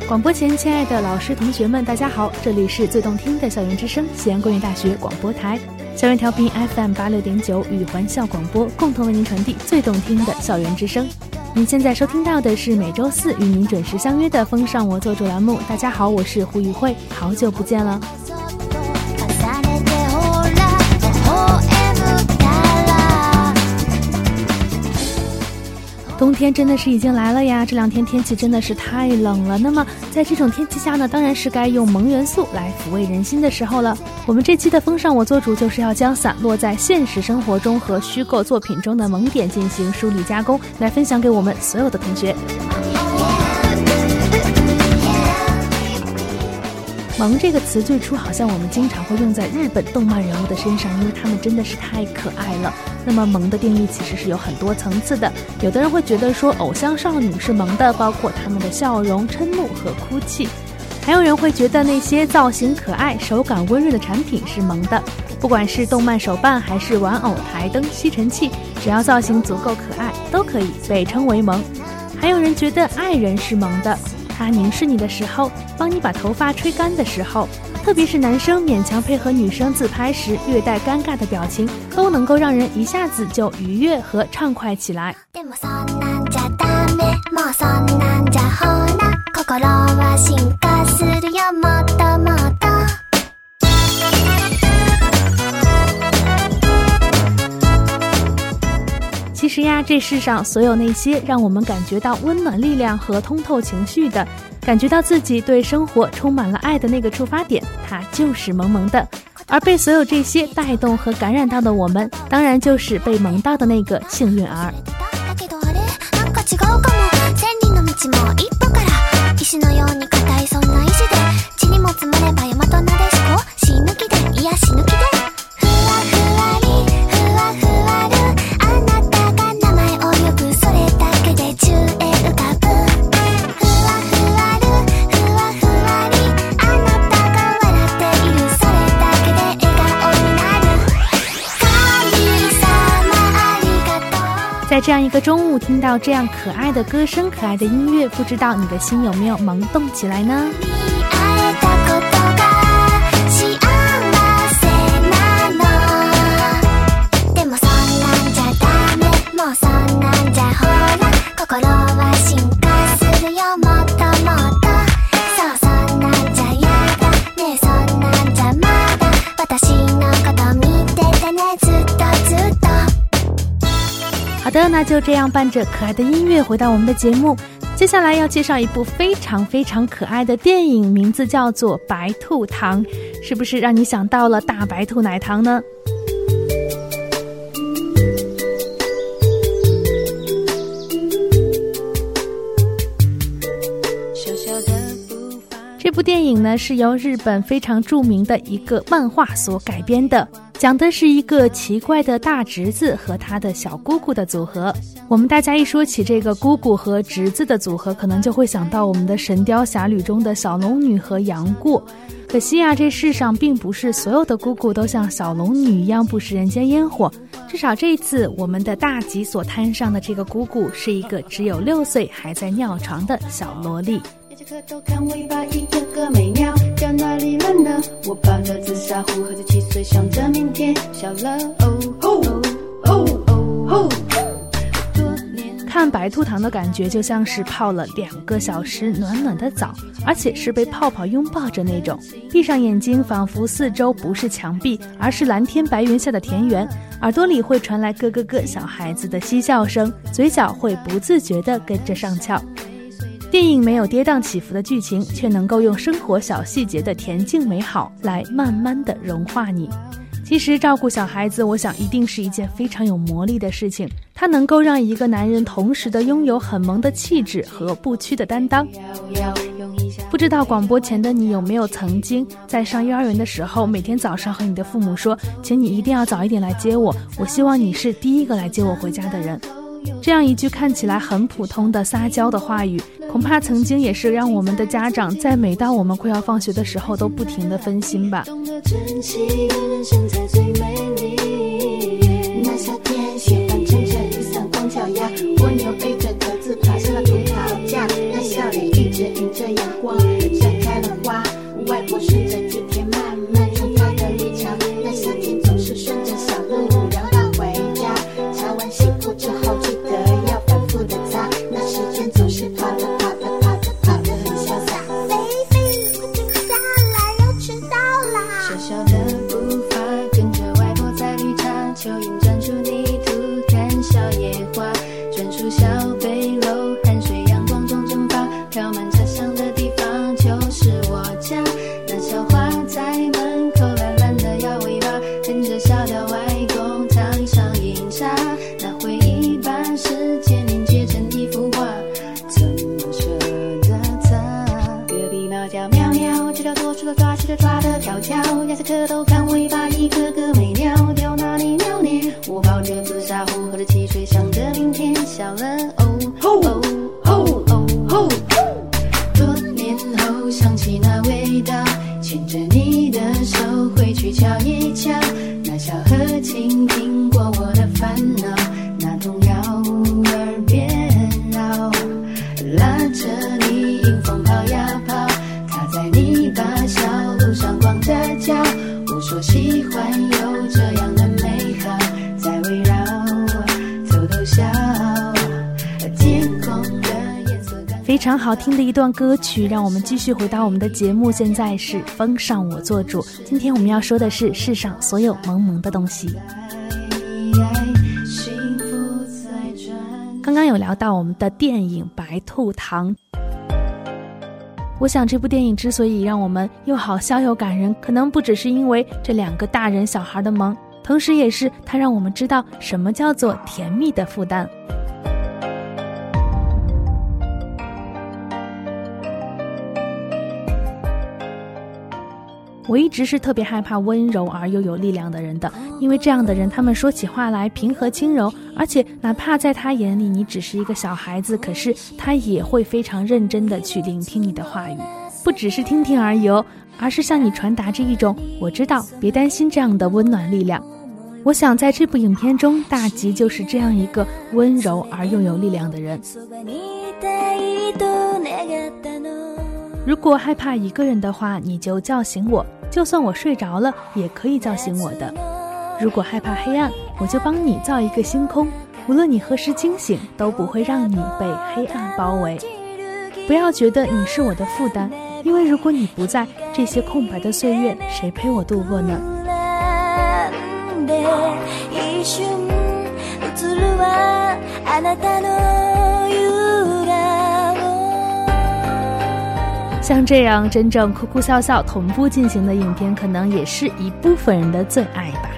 广播前，亲爱的老师同学们，大家好，这里是最动听的校园之声，西安工业大学广播台，校园调频 FM86.9与环校广播共同为您传递最动听的校园之声。您现在收听到的是每周四与您准时相约的风尚我做主栏目。大家好，我是胡宇慧，好久不见了。冬天真的是已经来了呀，这两天天气真的是太冷了。那么在这种天气下呢，当然是该用萌元素来抚慰人心的时候了。我们这期的风尚我做主就是要将散落在现实生活中和虚构作品中的萌点进行梳理加工，来分享给我们所有的同学。萌这个词最初好像我们经常会用在日本动漫人物的身上，因为他们真的是太可爱了。那么萌的定义其实是有很多层次的，有的人会觉得说偶像少女是萌的，包括他们的笑容、嗔怒和哭泣。还有人会觉得那些造型可爱、手感温润的产品是萌的，不管是动漫手办还是玩偶、台灯、吸尘器，只要造型足够可爱，都可以被称为萌。还有人觉得爱人是萌的，他凝视你的时候，帮你把头发吹干的时候，特别是男生勉强配合女生自拍时略带尴尬的表情，都能够让人一下子就愉悦和畅快起来。其实呀，这世上所有那些让我们感觉到温暖力量和通透情绪的，感觉到自己对生活充满了爱的那个出发点，它就是萌萌的。而被所有这些带动和感染到的我们，当然就是被萌到的那个幸运儿。在这样一个中午听到这样可爱的歌声、可爱的音乐，不知道你的心有没有萌动起来呢？好的，那就这样伴着可爱的音乐回到我们的节目。接下来要介绍一部非常非常可爱的电影，名字叫做《白兔糖》，是不是让你想到了大白兔奶糖呢？这部电影呢，是由日本非常著名的一个漫画所改编的，讲的是一个奇怪的大侄子和他的小姑姑的组合。我们大家一说起这个姑姑和侄子的组合，可能就会想到我们的神雕侠侣中的小龙女和杨过。可惜啊，这世上并不是所有的姑姑都像小龙女一样不食人间烟火，至少这一次我们的大吉所摊上的这个姑姑是一个只有6岁还在尿床的小萝莉。 偷看尾巴一个个美妙，掉哪里了呢？我把乐子傻乎和着7岁，想着明天笑了看白兔糖的感觉就像是泡了2个小时暖暖的澡，而且是被泡泡拥抱着那种。闭上眼睛，仿佛四周不是墙壁，而是蓝天白云下的田园，耳朵里会传来咯咯咯小孩子的嬉笑声，嘴角会不自觉地跟着上翘。电影没有跌宕起伏的剧情，却能够用生活小细节的恬静美好来慢慢地融化你。其实照顾小孩子，我想一定是一件非常有魔力的事情，它能够让一个男人同时的拥有很萌的气质和不屈的担当。不知道广播前的你有没有曾经在上幼儿园的时候，每天早上和你的父母说，请你一定要早一点来接我，我希望你是第一个来接我回家的人。这样一句看起来很普通的撒娇的话语，恐怕曾经也是让我们的家长在每到我们快要放学的时候都不停地分心吧。 那夏天雪般撑着雨伞光脚丫，蜗牛背着壳子爬上了葡萄架，那笑脸一直迎着阳光。 肤之后记得要反复的擦，那时间总是跑得跑得跑得跑得很潇洒。菲不停下来，要迟到啦！小小的步伐，跟着外婆在绿茶，蚯蚓钻出泥土，看小野花，专属小背篓，汗水阳光中蒸发，飘满茶香的地方就是我家。那小花在门口懒懒的摇尾巴，跟着小调外公唱上饮茶，那回忆把时间凝结成一幅画，怎么舍得擦？隔壁猫叫喵喵，这条多出了抓起的抓的跳跳，亚瑟蝌蚪看尾巴，一个个美鸟掉哪里尿捏，我泡着紫砂壶，喝着汽水，想着明天，笑了哦哦哦哦哦。多年后想起那味道，牵着你的手回去瞧一瞧，那小河倾听过我的烦恼，那童谣耳边绕，拉着你迎风跑呀跑，踏在泥巴小路上光着脚，我说喜欢有这样的美好，在围绕偷偷笑，天空的颜色非常好听的一段歌曲，让我们继续回到我们的节目。现在是风尚我做主，今天我们要说的是世上所有萌萌的东西。刚刚有聊到我们的电影《白兔糖》，我想这部电影之所以让我们又好笑又感人，可能不只是因为这两个大人小孩的萌，同时也是它让我们知道什么叫做甜蜜的负担。我一直是特别害怕温柔而又有力量的人的，因为这样的人他们说起话来平和轻柔，而且哪怕在他眼里你只是一个小孩子，可是他也会非常认真的去聆听你的话语，不只是听听而已哦，而是向你传达着一种我知道别担心这样的温暖力量。我想在这部影片中，大吉就是这样一个温柔而又有力量的人。如果害怕一个人的话，你就叫醒我，就算我睡着了也可以叫醒我的。如果害怕黑暗，我就帮你造一个星空，无论你何时惊醒，都不会让你被黑暗包围。不要觉得你是我的负担，因为如果你不在，这些空白的岁月谁陪我度过呢？像这样真正哭哭笑笑同步进行的影片，可能也是一部分人的最爱吧。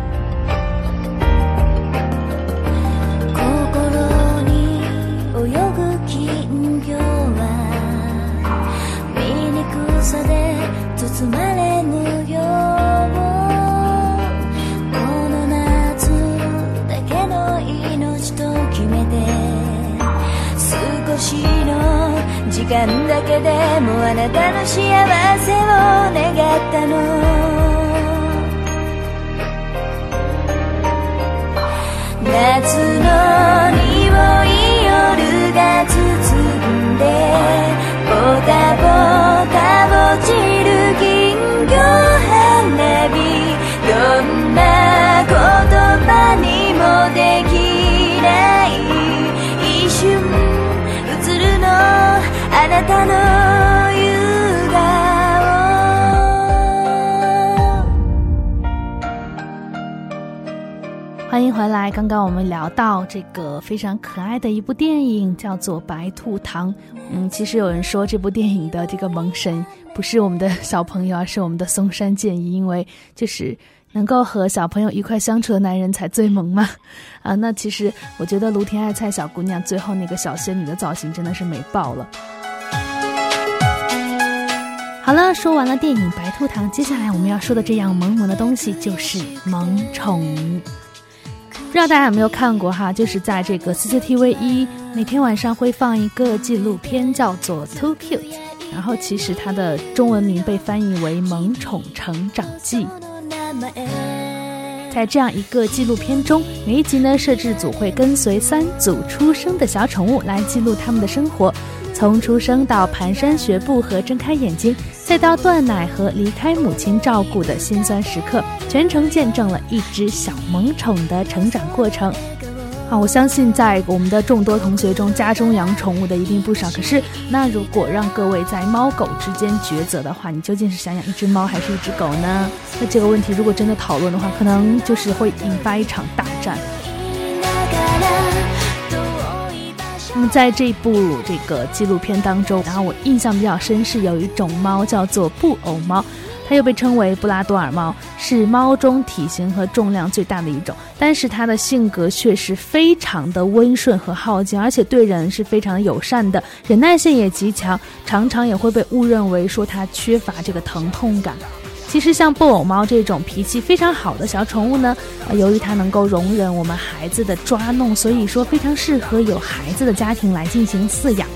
時間だけでもあなたの幸せを願ったの夏の匂い夜が包んでポタポタ落ちる金魚花火どんな言葉にもできない一瞬映るのあなたの夕顔。 欢迎回来，刚刚我们聊到这个非常可爱的一部电影叫做《白兔糖》。其实有人说这部电影的这个萌神不是我们的小朋友，而是我们的松山健一，因为就是能够和小朋友一块相处的男人才最萌嘛。那其实我觉得芦田爱菜小姑娘最后那个小仙女的造型真的是美爆了。好了，说完了电影《白兔糖》，接下来我们要说的这样萌萌的东西就是萌宠。不知道大家有没有看过哈，就是在这个 CCTV1 每天晚上会放一个纪录片叫做 Too Cute， 然后其实它的中文名被翻译为萌宠成长记。在这样一个纪录片中，每一集呢，摄制组会跟随3组出生的小宠物来记录他们的生活，从出生到蹒跚学步和睁开眼睛，再到断奶和离开母亲照顾的辛酸时刻，全程见证了一只小萌宠的成长过程。 我相信在我们的众多同学中，家中养宠物的一定不少。可是，那如果让各位在猫狗之间抉择的话，你究竟是想养一只猫还是一只狗呢？那这个问题如果真的讨论的话，可能就是会引发一场大战。那么在这部这个纪录片当中，然后我印象比较深是有一种猫叫做布偶猫，它又被称为布拉多尔猫，是猫中体型和重量最大的一种，但是它的性格却是非常的温顺和好静，而且对人是非常的友善的，忍耐性也极强，常常也会被误认为说它缺乏这个疼痛感。其实像布偶猫这种脾气非常好的小宠物呢，由于它能够容忍我们孩子的抓弄，所以说非常适合有孩子的家庭来进行饲养。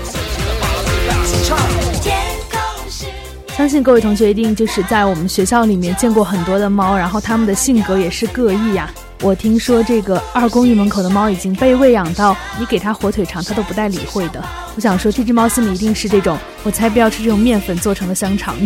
相信各位同学一定就是在我们学校里面见过很多的猫，然后它们的性格也是各异呀。我听说这个2公寓门口的猫已经被喂养到你给它火腿肠它都不带理会的。我想说这只猫心里一定是这种我才不要吃这种面粉做成的香肠呢。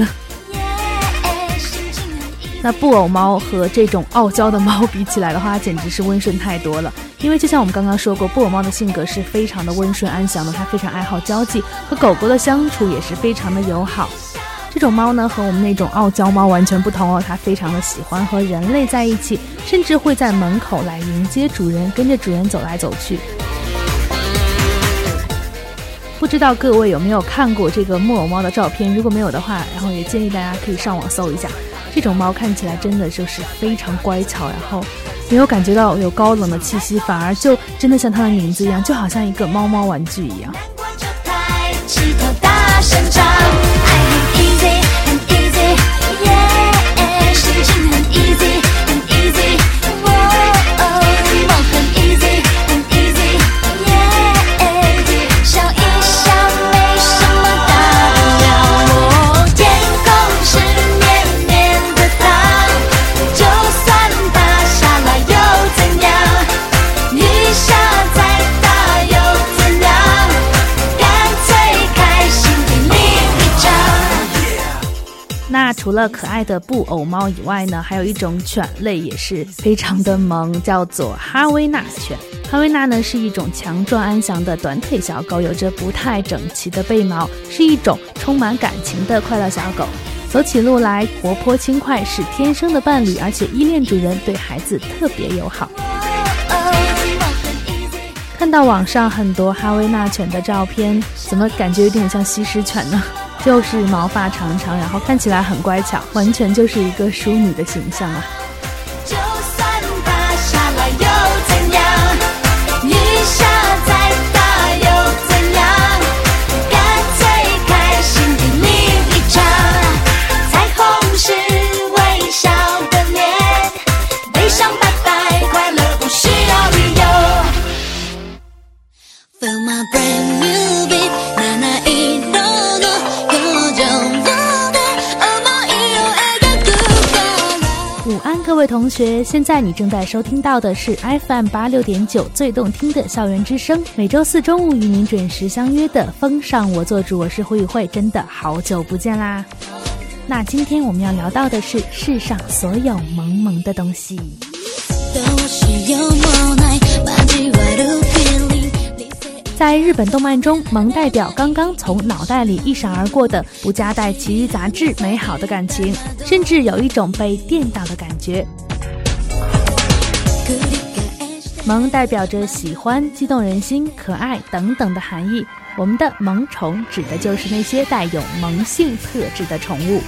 那布偶猫和这种傲娇的猫比起来的话，简直是温顺太多了。因为就像我们刚刚说过，布偶猫的性格是非常的温顺安详的，它非常爱好交际，和狗狗的相处也是非常的友好。这种猫呢和我们那种傲娇猫完全不同哦，它非常的喜欢和人类在一起，甚至会在门口来迎接主人，跟着主人走来走去。不知道各位有没有看过这个木偶猫的照片，如果没有的话，然后也建议大家可以上网搜一下。这种猫看起来真的就是非常乖巧，然后没有感觉到有高冷的气息，反而就真的像它的名字一样，就好像一个猫猫玩具一样。那除了可爱的布偶猫以外呢，还有一种犬类也是非常的萌，叫做哈威纳犬。哈威纳呢是一种强壮安详的短腿小狗，有着不太整齐的背毛，是一种充满感情的快乐小狗。走起路来活泼轻快，是天生的伴侣，而且依恋主人，对孩子特别友好。看到网上很多哈威纳犬的照片，怎么感觉有点像西施犬呢？就是毛发长长，然后看起来很乖巧，完全就是一个淑女的形象啊。 就算打下来又怎样，雨下再大又怎样，干脆开心的另一场。彩虹是微笑的脸，悲伤拜拜，快乐不需要理由。 Feel my brand new beat， 午安各位同学，现在你正在收听到的是 FM86.9 最动听的校园之声，每周四中午与您准时相约的风尚我做主，我是胡宇慧，真的好久不见啦。那今天我们要聊到的是世上所有萌萌的东西。在日本动漫中，萌代表刚刚从脑袋里一闪而过的不夹带其余杂质美好的感情，甚至有一种被电到的感觉。萌代表着喜欢、激动人心、可爱等等的含义。我们的萌宠指的就是那些带有萌性特质的宠物。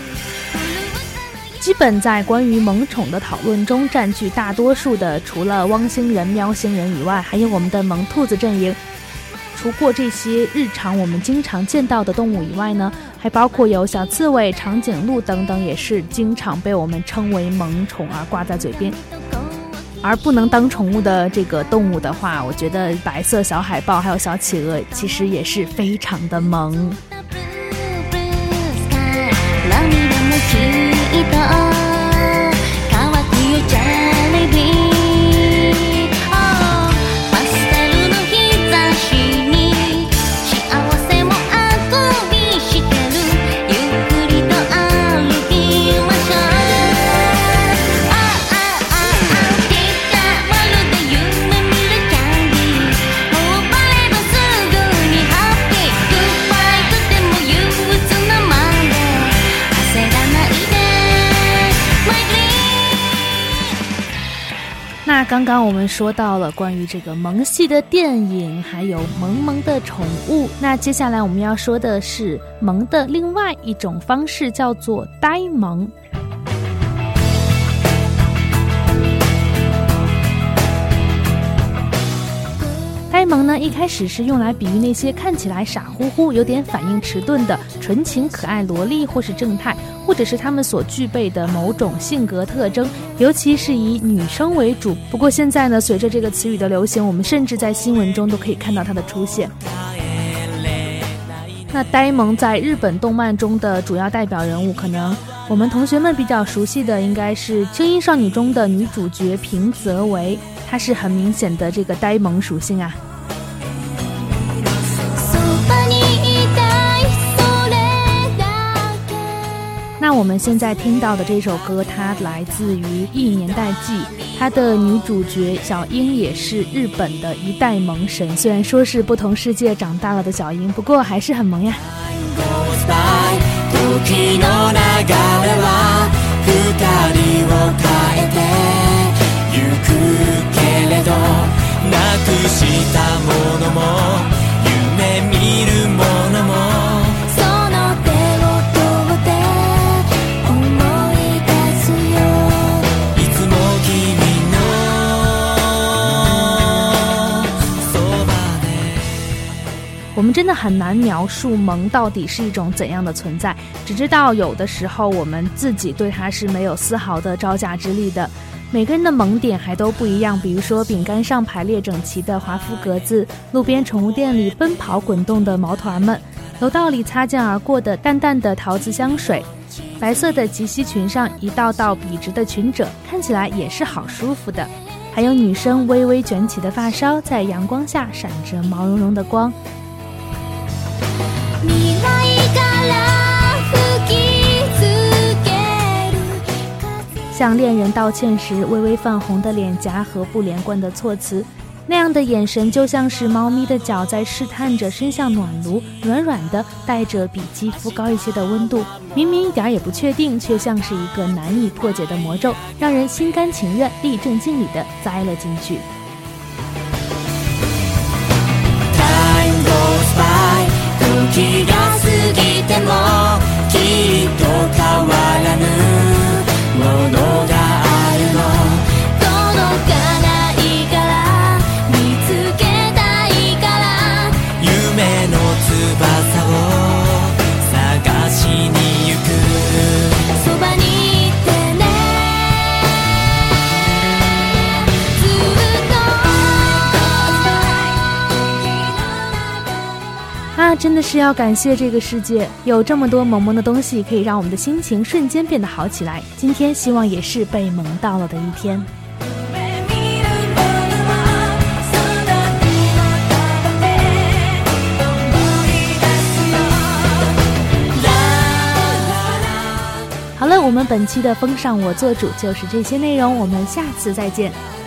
基本在关于萌宠的讨论中占据大多数的，除了汪星人、喵星人以外，还有我们的萌兔子阵营。除过这些日常我们经常见到的动物以外呢，还包括有小刺猬、长颈鹿等等，也是经常被我们称为萌宠而挂在嘴边。而不能当宠物的这个动物的话，我觉得白色小海豹还有小企鹅其实也是非常的萌。 刚刚我们说到了关于这个萌系的电影，还有萌萌的宠物。那接下来我们要说的是萌的另外一种方式，叫做呆萌。呆萌呢，一开始是用来比喻那些看起来傻乎乎、有点反应迟钝的纯情可爱萝莉或是正太，或者是他们所具备的某种性格特征，尤其是以女生为主。不过现在呢，随着这个词语的流行，我们甚至在新闻中都可以看到它的出现。那呆萌在日本动漫中的主要代表人物，可能我们同学们比较熟悉的应该是《青音少女》中的女主角平泽唯，她是很明显的这个呆萌属性啊。那我们现在听到的这首歌，它来自于《一年代记》，它的女主角小樱也是日本的一代萌神。虽然说是不同世界长大了的小樱，不过还是很萌呀。我们真的很难描述萌到底是一种怎样的存在，只知道有的时候我们自己对它是没有丝毫的招架之力的。每个人的萌点还都不一样，比如说饼干上排列整齐的华夫格子，路边宠物店里奔跑滚动的毛团们，楼道里擦肩而过的淡淡的桃子香水，白色的及膝裙上一道道笔直的裙褶，看起来也是好舒服的。还有女生微微卷起的发梢，在阳光下闪着毛茸茸的光。向恋人道歉时微微泛红的脸颊和不连贯的措辞，那样的眼神就像是猫咪的脚在试探着伸向暖炉，软软的，带着比肌肤高一些的温度，明明一点也不确定，却像是一个难以破解的魔咒，让人心甘情愿立正敬礼地栽了进去。 時が過ぎてもきっと変わらぬものがあるの届かないから見つけたいから夢の翼を探しに行くそばにいてねずっと真的是要感谢这个世界，有这么多萌萌的东西可以让我们的心情瞬间变得好起来。今天希望也是被萌到了的一天。好了，我们本期的风尚我做主就是这些内容，我们下次再见。